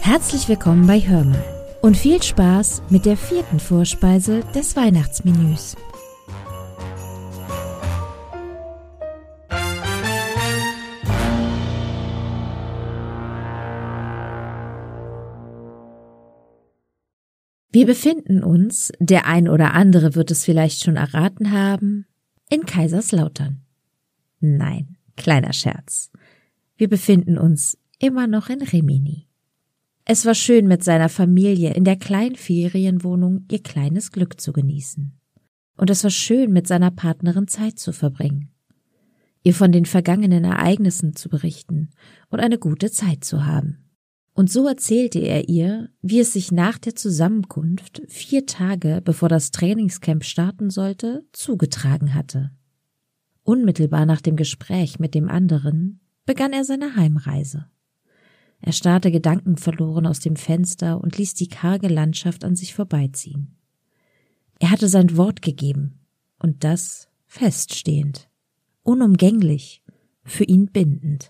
Herzlich willkommen bei Hör mal und viel Spaß mit der 4. Vorspeise des Weihnachtsmenüs. Wir befinden uns, der ein oder andere wird es vielleicht schon erraten haben, in Kaiserslautern. Nein, kleiner Scherz. Wir befinden uns immer noch in Rimini. Es war schön, mit seiner Familie in der kleinen Ferienwohnung ihr kleines Glück zu genießen. Und es war schön, mit seiner Partnerin Zeit zu verbringen, ihr von den vergangenen Ereignissen zu berichten und eine gute Zeit zu haben. Und so erzählte er ihr, wie es sich nach der Zusammenkunft 4 Tage, bevor das Trainingscamp starten sollte, zugetragen hatte. Unmittelbar nach dem Gespräch mit dem anderen begann er seine Heimreise. Er starrte gedankenverloren aus dem Fenster und ließ die karge Landschaft an sich vorbeiziehen. Er hatte sein Wort gegeben, und das feststehend, unumgänglich, für ihn bindend.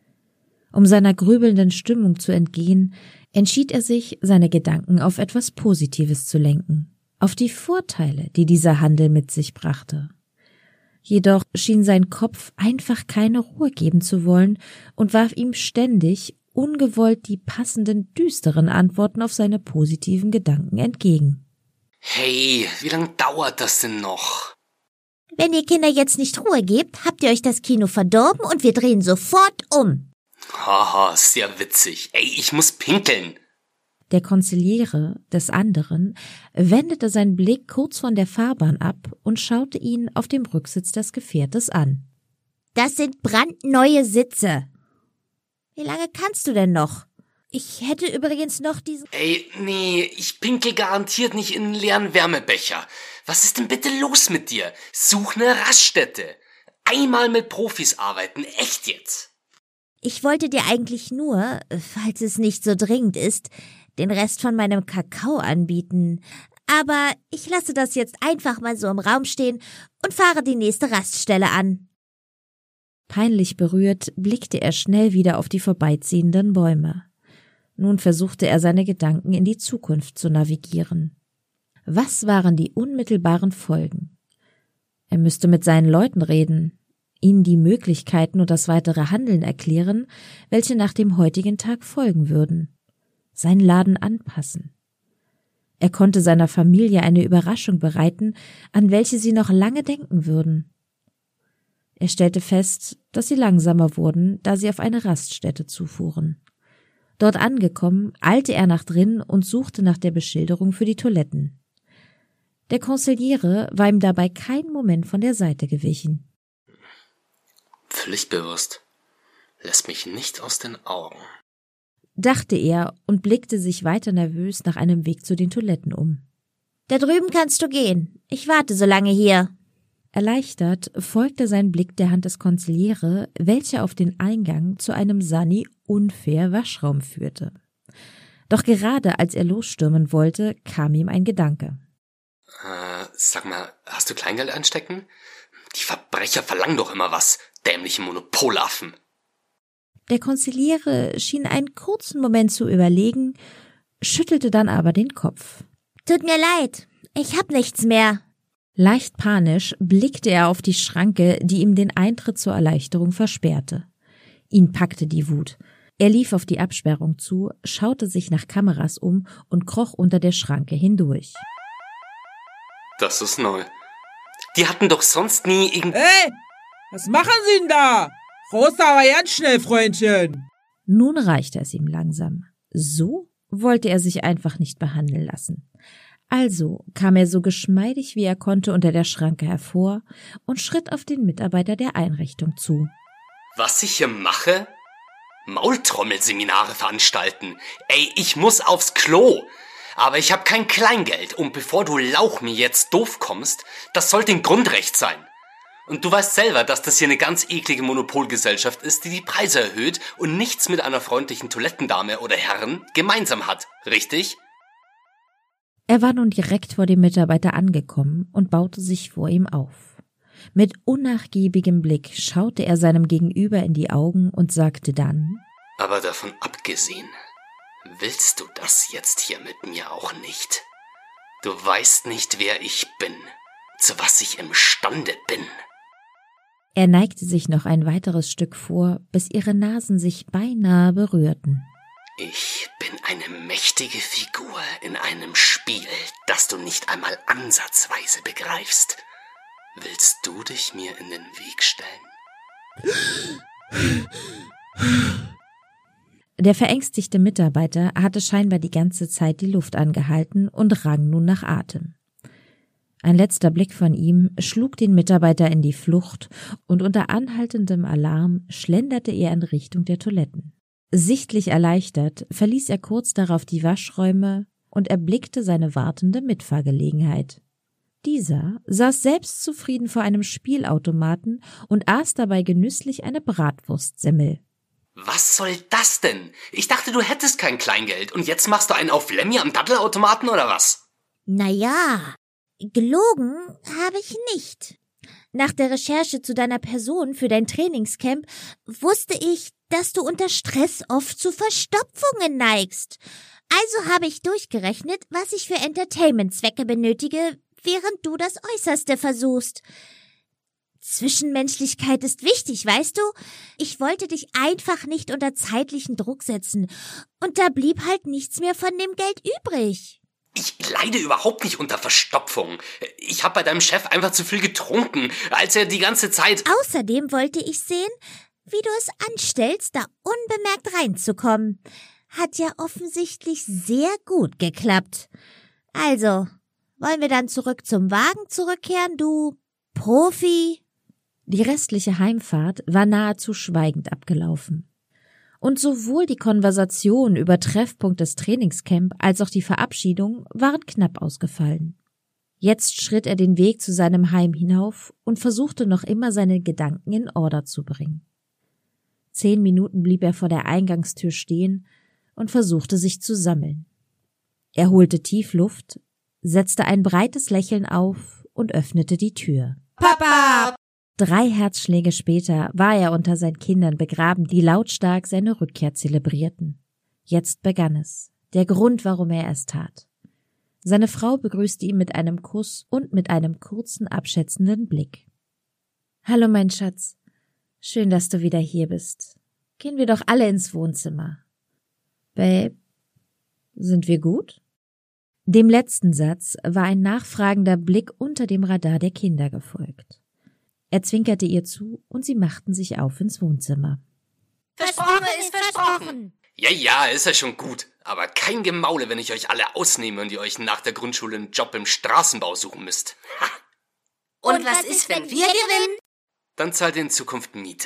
Um seiner grübelnden Stimmung zu entgehen, entschied er sich, seine Gedanken auf etwas Positives zu lenken, auf die Vorteile, die dieser Handel mit sich brachte. Jedoch schien sein Kopf einfach keine Ruhe geben zu wollen und warf ihm ständig ungewollt die passenden, düsteren Antworten auf seine positiven Gedanken entgegen. Hey, wie lange dauert das denn noch? Wenn ihr Kinder jetzt nicht Ruhe gebt, habt ihr euch das Kino verdorben und wir drehen sofort um. Haha, sehr witzig. Ey, ich muss pinkeln. Der Konziliere des anderen wendete seinen Blick kurz von der Fahrbahn ab und schaute ihn auf dem Rücksitz des Gefährtes an. Das sind brandneue Sitze. Wie lange kannst du denn noch? Ich hätte übrigens noch diesen... Ey, nee, ich pinkel garantiert nicht in einen leeren Wärmebecher. Was ist denn bitte los mit dir? Such eine Raststätte. Einmal mit Profis arbeiten, echt jetzt. Ich wollte dir eigentlich nur, falls es nicht so dringend ist, den Rest von meinem Kakao anbieten. Aber ich lasse das jetzt einfach mal so im Raum stehen und fahre die nächste Raststelle an. Peinlich berührt blickte er schnell wieder auf die vorbeiziehenden Bäume. Nun versuchte er seine Gedanken in die Zukunft zu navigieren. Was waren die unmittelbaren Folgen? Er müsste mit seinen Leuten reden, ihnen die Möglichkeiten und das weitere Handeln erklären, welche nach dem heutigen Tag folgen würden. Seinen Laden anpassen. Er konnte seiner Familie eine Überraschung bereiten, an welche sie noch lange denken würden. Er stellte fest, dass sie langsamer wurden, da sie auf eine Raststätte zufuhren. Dort angekommen, eilte er nach drinnen und suchte nach der Beschilderung für die Toiletten. Der Consigliere war ihm dabei keinen Moment von der Seite gewichen. Pflichtbewusst. Lässt mich nicht aus den Augen, dachte er und blickte sich weiter nervös nach einem Weg zu den Toiletten um. Da drüben kannst du gehen. Ich warte so lange hier. Erleichtert folgte sein Blick der Hand des Consigliere, welche auf den Eingang zu einem Sani-Unfair-Waschraum führte. Doch gerade als er losstürmen wollte, kam ihm ein Gedanke. Sag mal, hast du Kleingeld einstecken? Die Verbrecher verlangen doch immer was, dämliche Monopolaffen. Der Consigliere schien einen kurzen Moment zu überlegen, schüttelte dann aber den Kopf. Tut mir leid, ich hab nichts mehr. Leicht panisch blickte er auf die Schranke, die ihm den Eintritt zur Erleichterung versperrte. Ihn packte die Wut. Er lief auf die Absperrung zu, schaute sich nach Kameras um und kroch unter der Schranke hindurch. Das ist neu. Die hatten doch sonst nie Hey, was machen Sie denn da? Raus aber ganz schnell, Freundchen. Nun reichte es ihm langsam. So wollte er sich einfach nicht behandeln lassen. Also kam er so geschmeidig wie er konnte unter der Schranke hervor und schritt auf den Mitarbeiter der Einrichtung zu. Was ich hier mache? Maultrommelseminare veranstalten. Ey, ich muss aufs Klo. Aber ich habe kein Kleingeld und bevor du Lauch mir jetzt doof kommst, das sollte ein Grundrecht sein. Und du weißt selber, dass das hier eine ganz eklige Monopolgesellschaft ist, die die Preise erhöht und nichts mit einer freundlichen Toilettendame oder Herren gemeinsam hat, richtig? Er war nun direkt vor dem Mitarbeiter angekommen und baute sich vor ihm auf. Mit unnachgiebigem Blick schaute er seinem Gegenüber in die Augen und sagte dann: Aber davon abgesehen, willst du das jetzt hier mit mir auch nicht? Du weißt nicht, wer ich bin, zu was ich imstande bin. Er neigte sich noch ein weiteres Stück vor, bis ihre Nasen sich beinahe berührten. Ich bin eine mächtige Figur in einem Spiel, das du nicht einmal ansatzweise begreifst. Willst du dich mir in den Weg stellen? Der verängstigte Mitarbeiter hatte scheinbar die ganze Zeit die Luft angehalten und rang nun nach Atem. Ein letzter Blick von ihm schlug den Mitarbeiter in die Flucht und unter anhaltendem Alarm schlenderte er in Richtung der Toiletten. Sichtlich erleichtert verließ er kurz darauf die Waschräume und erblickte seine wartende Mitfahrgelegenheit. Dieser saß selbstzufrieden vor einem Spielautomaten und aß dabei genüsslich eine Bratwurstsemmel. Was soll das denn? Ich dachte, du hättest kein Kleingeld und jetzt machst du einen auf Lemmy am Dattelautomaten oder was? Naja, gelogen habe ich nicht. Nach der Recherche zu deiner Person für dein Trainingscamp wusste ich, dass du unter Stress oft zu Verstopfungen neigst. Also habe ich durchgerechnet, was ich für Entertainment-Zwecke benötige, während du das Äußerste versuchst. Zwischenmenschlichkeit ist wichtig, weißt du? Ich wollte dich einfach nicht unter zeitlichen Druck setzen. Und da blieb halt nichts mehr von dem Geld übrig. Ich leide überhaupt nicht unter Verstopfung. Ich habe bei deinem Chef einfach zu viel getrunken, als er die ganze Zeit... Außerdem wollte ich sehen, wie du es anstellst, da unbemerkt reinzukommen. Hat ja offensichtlich sehr gut geklappt. Also, wollen wir dann zurück zum Wagen zurückkehren, du Profi? Die restliche Heimfahrt war nahezu schweigend abgelaufen. Und sowohl die Konversation über Treffpunkt des Trainingscamp als auch die Verabschiedung waren knapp ausgefallen. Jetzt schritt er den Weg zu seinem Heim hinauf und versuchte noch immer seine Gedanken in Order zu bringen. 10 Minuten blieb er vor der Eingangstür stehen und versuchte sich zu sammeln. Er holte tief Luft, setzte ein breites Lächeln auf und öffnete die Tür. Papa! 3 Herzschläge später war er unter seinen Kindern begraben, die lautstark seine Rückkehr zelebrierten. Jetzt begann es, der Grund, warum er es tat. Seine Frau begrüßte ihn mit einem Kuss und mit einem kurzen, abschätzenden Blick. »Hallo, mein Schatz. Schön, dass du wieder hier bist. Gehen wir doch alle ins Wohnzimmer.« »Babe, sind wir gut?« Dem letzten Satz war ein nachfragender Blick unter dem Radar der Kinder gefolgt. Er zwinkerte ihr zu und sie machten sich auf ins Wohnzimmer. Versprochen ist versprochen. Ja, ist ja schon gut. Aber kein Gemaule, wenn ich euch alle ausnehme und ihr euch nach der Grundschule einen Job im Straßenbau suchen müsst. Ha. Und was ist, wenn wir gewinnen? Dann zahlt ihr in Zukunft Miete.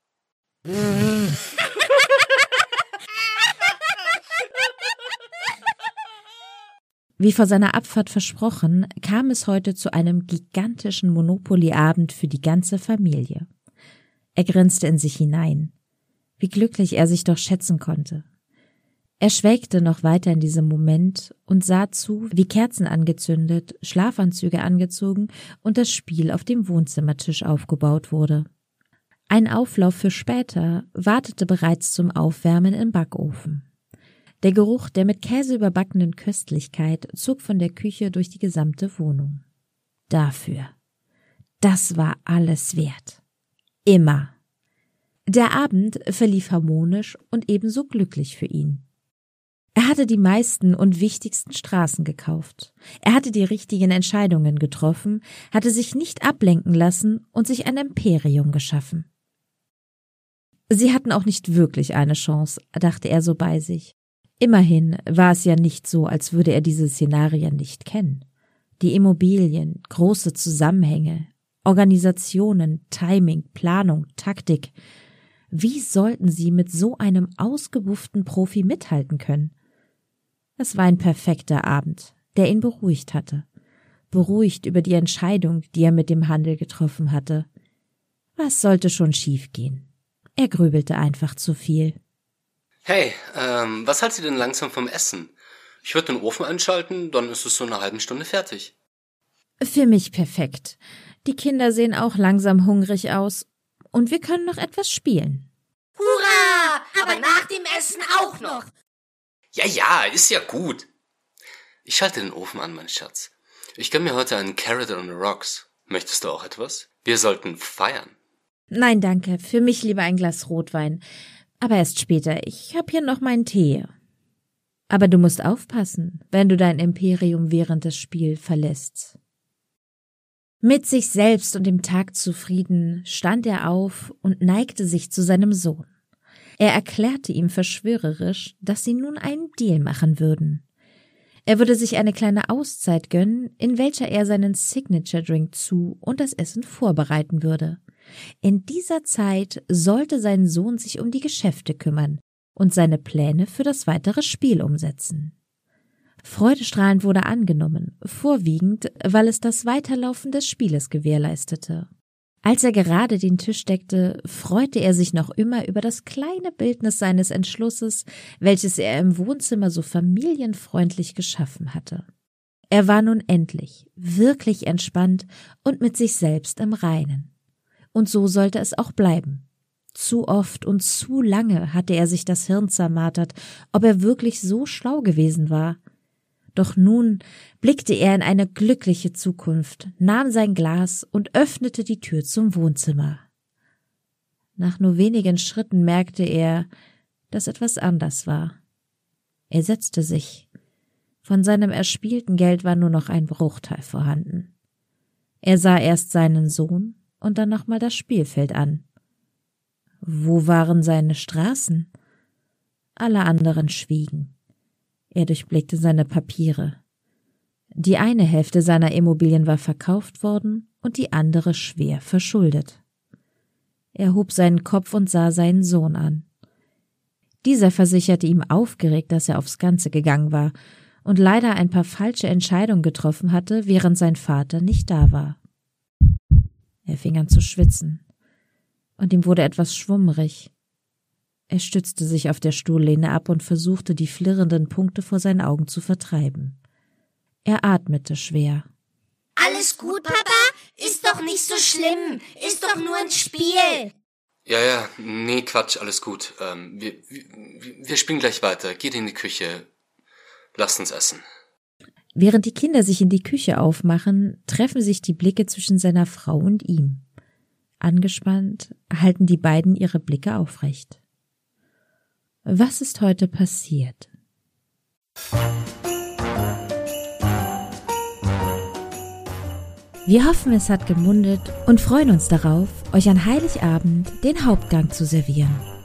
Wie vor seiner Abfahrt versprochen, kam es heute zu einem gigantischen Monopoly-Abend für die ganze Familie. Er grinste in sich hinein. Wie glücklich er sich doch schätzen konnte. Er schwelgte noch weiter in diesem Moment und sah zu, wie Kerzen angezündet, Schlafanzüge angezogen und das Spiel auf dem Wohnzimmertisch aufgebaut wurde. Ein Auflauf für später wartete bereits zum Aufwärmen im Backofen. Der Geruch der mit Käse überbackenen Köstlichkeit zog von der Küche durch die gesamte Wohnung. Das war alles wert. Immer. Der Abend verlief harmonisch und ebenso glücklich für ihn. Er hatte die meisten und wichtigsten Straßen gekauft. Er hatte die richtigen Entscheidungen getroffen, hatte sich nicht ablenken lassen und sich ein Imperium geschaffen. Sie hatten auch nicht wirklich eine Chance, dachte er so bei sich. Immerhin war es ja nicht so, als würde er diese Szenarien nicht kennen. Die Immobilien, große Zusammenhänge, Organisationen, Timing, Planung, Taktik. Wie sollten sie mit so einem ausgebufften Profi mithalten können? Es war ein perfekter Abend, der ihn beruhigt hatte. Beruhigt über die Entscheidung, die er mit dem Handel getroffen hatte. Was sollte schon schiefgehen? Er grübelte einfach zu viel. Hey, was haltet ihr denn langsam vom Essen? Ich würde den Ofen einschalten, dann ist es so in einer halben Stunde fertig. Für mich perfekt. Die Kinder sehen auch langsam hungrig aus und wir können noch etwas spielen. Hurra! Aber nach dem Essen auch noch. Ja, ist ja gut. Ich schalte den Ofen an, mein Schatz. Ich gönn mir heute einen Carrot on the Rocks. Möchtest du auch etwas? Wir sollten feiern. Nein, danke. Für mich lieber ein Glas Rotwein. Aber erst später. Ich hab hier noch meinen Tee. Aber du musst aufpassen, wenn du dein Imperium während des Spiels verlässt. Mit sich selbst und dem Tag zufrieden stand er auf und neigte sich zu seinem Sohn. Er erklärte ihm verschwörerisch, dass sie nun einen Deal machen würden. Er würde sich eine kleine Auszeit gönnen, in welcher er seinen Signature-Drink zu und das Essen vorbereiten würde. In dieser Zeit sollte sein Sohn sich um die Geschäfte kümmern und seine Pläne für das weitere Spiel umsetzen. Freudestrahlend wurde angenommen, vorwiegend, weil es das Weiterlaufen des Spieles gewährleistete. Als er gerade den Tisch deckte, freute er sich noch immer über das kleine Bildnis seines Entschlusses, welches er im Wohnzimmer so familienfreundlich geschaffen hatte. Er war nun endlich wirklich entspannt und mit sich selbst im Reinen. Und so sollte es auch bleiben. Zu oft und zu lange hatte er sich das Hirn zermartert, ob er wirklich so schlau gewesen war. Doch nun blickte er in eine glückliche Zukunft, nahm sein Glas und öffnete die Tür zum Wohnzimmer. Nach nur wenigen Schritten merkte er, dass etwas anders war. Er setzte sich. Von seinem erspielten Geld war nur noch ein Bruchteil vorhanden. Er sah erst seinen Sohn und dann nochmal das Spielfeld an. Wo waren seine Straßen? Alle anderen schwiegen. Er durchblickte seine Papiere. Die eine Hälfte seiner Immobilien war verkauft worden und die andere schwer verschuldet. Er hob seinen Kopf und sah seinen Sohn an. Dieser versicherte ihm aufgeregt, dass er aufs Ganze gegangen war und leider ein paar falsche Entscheidungen getroffen hatte, während sein Vater nicht da war. Er fing an zu schwitzen, und ihm wurde etwas schwummrig. Er stützte sich auf der Stuhllehne ab und versuchte, die flirrenden Punkte vor seinen Augen zu vertreiben. Er atmete schwer. Alles gut, Papa? Ist doch nicht so schlimm. Ist doch nur ein Spiel. Ja, nee, Quatsch, alles gut. Wir spielen gleich weiter. Geht in die Küche. Lasst uns essen. Während die Kinder sich in die Küche aufmachen, treffen sich die Blicke zwischen seiner Frau und ihm. Angespannt halten die beiden ihre Blicke aufrecht. Was ist heute passiert? Wir hoffen, es hat gemundet und freuen uns darauf, euch an Heiligabend den Hauptgang zu servieren.